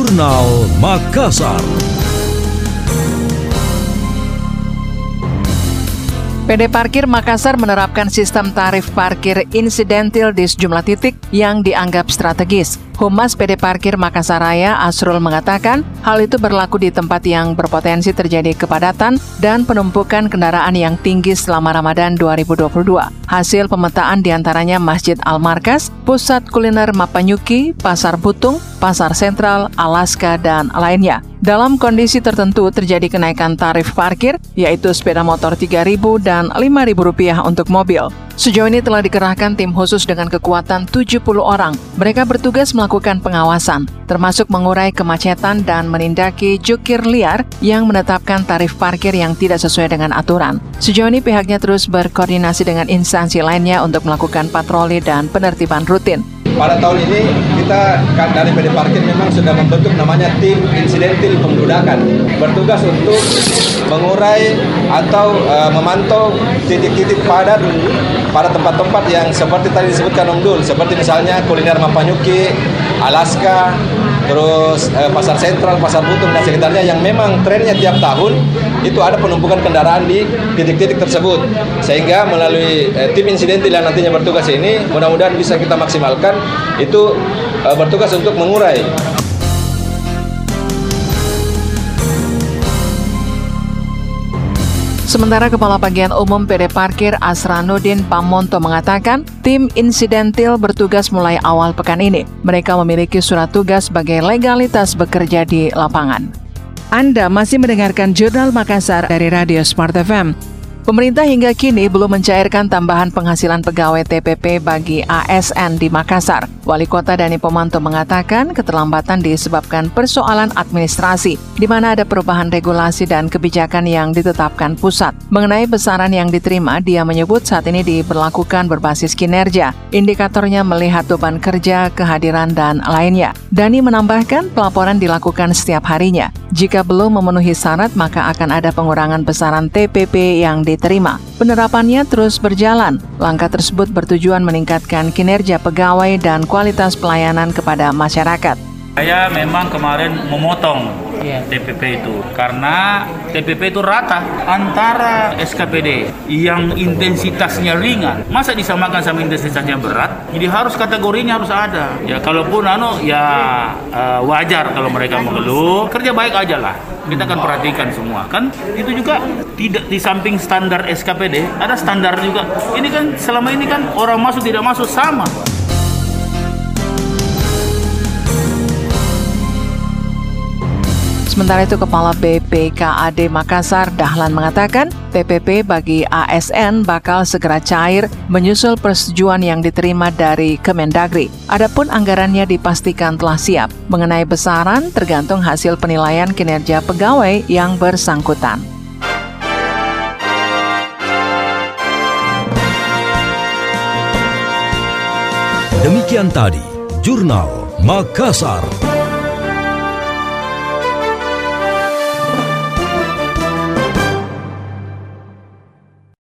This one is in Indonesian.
Jurnal Makassar. PD Parkir Makassar menerapkan sistem tarif parkir insidentil di sejumlah titik yang dianggap strategis. Humas PD Parkir Makassar Raya, Asrul, mengatakan hal itu berlaku di tempat yang berpotensi terjadi kepadatan dan penumpukan kendaraan yang tinggi selama Ramadan 2022. Hasil pemetaan diantaranya Masjid Al-Markas, Pusat Kuliner Mapanyuki, Pasar Butung, Pasar Sentral, Alaska, dan lainnya. Dalam kondisi tertentu terjadi kenaikan tarif parkir, yaitu sepeda motor Rp3.000 dan Rp5.000 untuk mobil. Sejauh ini telah dikerahkan tim khusus dengan kekuatan 70 orang. Mereka bertugas melakukan pengawasan, termasuk mengurai kemacetan dan menindaki jukir liar yang menetapkan tarif parkir yang tidak sesuai dengan aturan. Sejauh ini pihaknya terus berkoordinasi dengan instansi lainnya untuk melakukan patroli dan penertiban rutin. Pada tahun ini kita dari PD Parkir memang sudah membentuk namanya tim insidentil pembeludakan, bertugas untuk mengurai atau memantau titik-titik padat pada tempat-tempat yang seperti tadi disebutkan Om Dul, seperti misalnya kuliner Mapanyuki, Alaska, terus Pasar Sentral, Pasar Butung dan sekitarnya yang memang trennya tiap tahun itu ada penumpukan kendaraan di titik-titik tersebut. Sehingga melalui tim insidentil yang nantinya bertugas ini mudah-mudahan bisa kita maksimalkan itu bertugas untuk mengurai. Sementara Kepala Bagian Umum PD Parkir Asranuddin Pamonto mengatakan, tim insidentil bertugas mulai awal pekan ini. Mereka memiliki surat tugas sebagai legalitas bekerja di lapangan. Anda masih mendengarkan Jurnal Makassar dari Radio Smart FM. Pemerintah hingga kini belum mencairkan tambahan penghasilan pegawai TPP bagi ASN di Makassar. Wali Kota Dani Pomanto mengatakan keterlambatan disebabkan persoalan administrasi, di mana ada perubahan regulasi dan kebijakan yang ditetapkan pusat. Mengenai besaran yang diterima, dia menyebut saat ini diberlakukan berbasis kinerja. Indikatornya melihat beban kerja, kehadiran, dan lainnya. Dani menambahkan pelaporan dilakukan setiap harinya. Jika belum memenuhi syarat, maka akan ada pengurangan besaran TPP yang diterima. Penerapannya terus berjalan. Langkah tersebut bertujuan meningkatkan kinerja pegawai dan kualitas pelayanan kepada masyarakat. Saya memang kemarin memotong TPP itu karena TPP itu rata antara SKPD yang intensitasnya ringan. Masa disamakan sama intensitasnya berat? Jadi harus kategorinya harus ada. Ya kalaupun wajar kalau mereka mengeluh, kerja baik aja lah. Kita akan perhatikan semua. Kan itu juga tidak di samping standar SKPD, ada standar juga. Ini kan selama ini kan orang masuk tidak masuk sama. Sementara itu, Kepala BPKAD Makassar, Dahlan, mengatakan TPP bagi ASN bakal segera cair menyusul persetujuan yang diterima dari Kemendagri. Adapun anggarannya dipastikan telah siap. Mengenai besaran, tergantung hasil penilaian kinerja pegawai yang bersangkutan. Demikian tadi, Jurnal Makassar.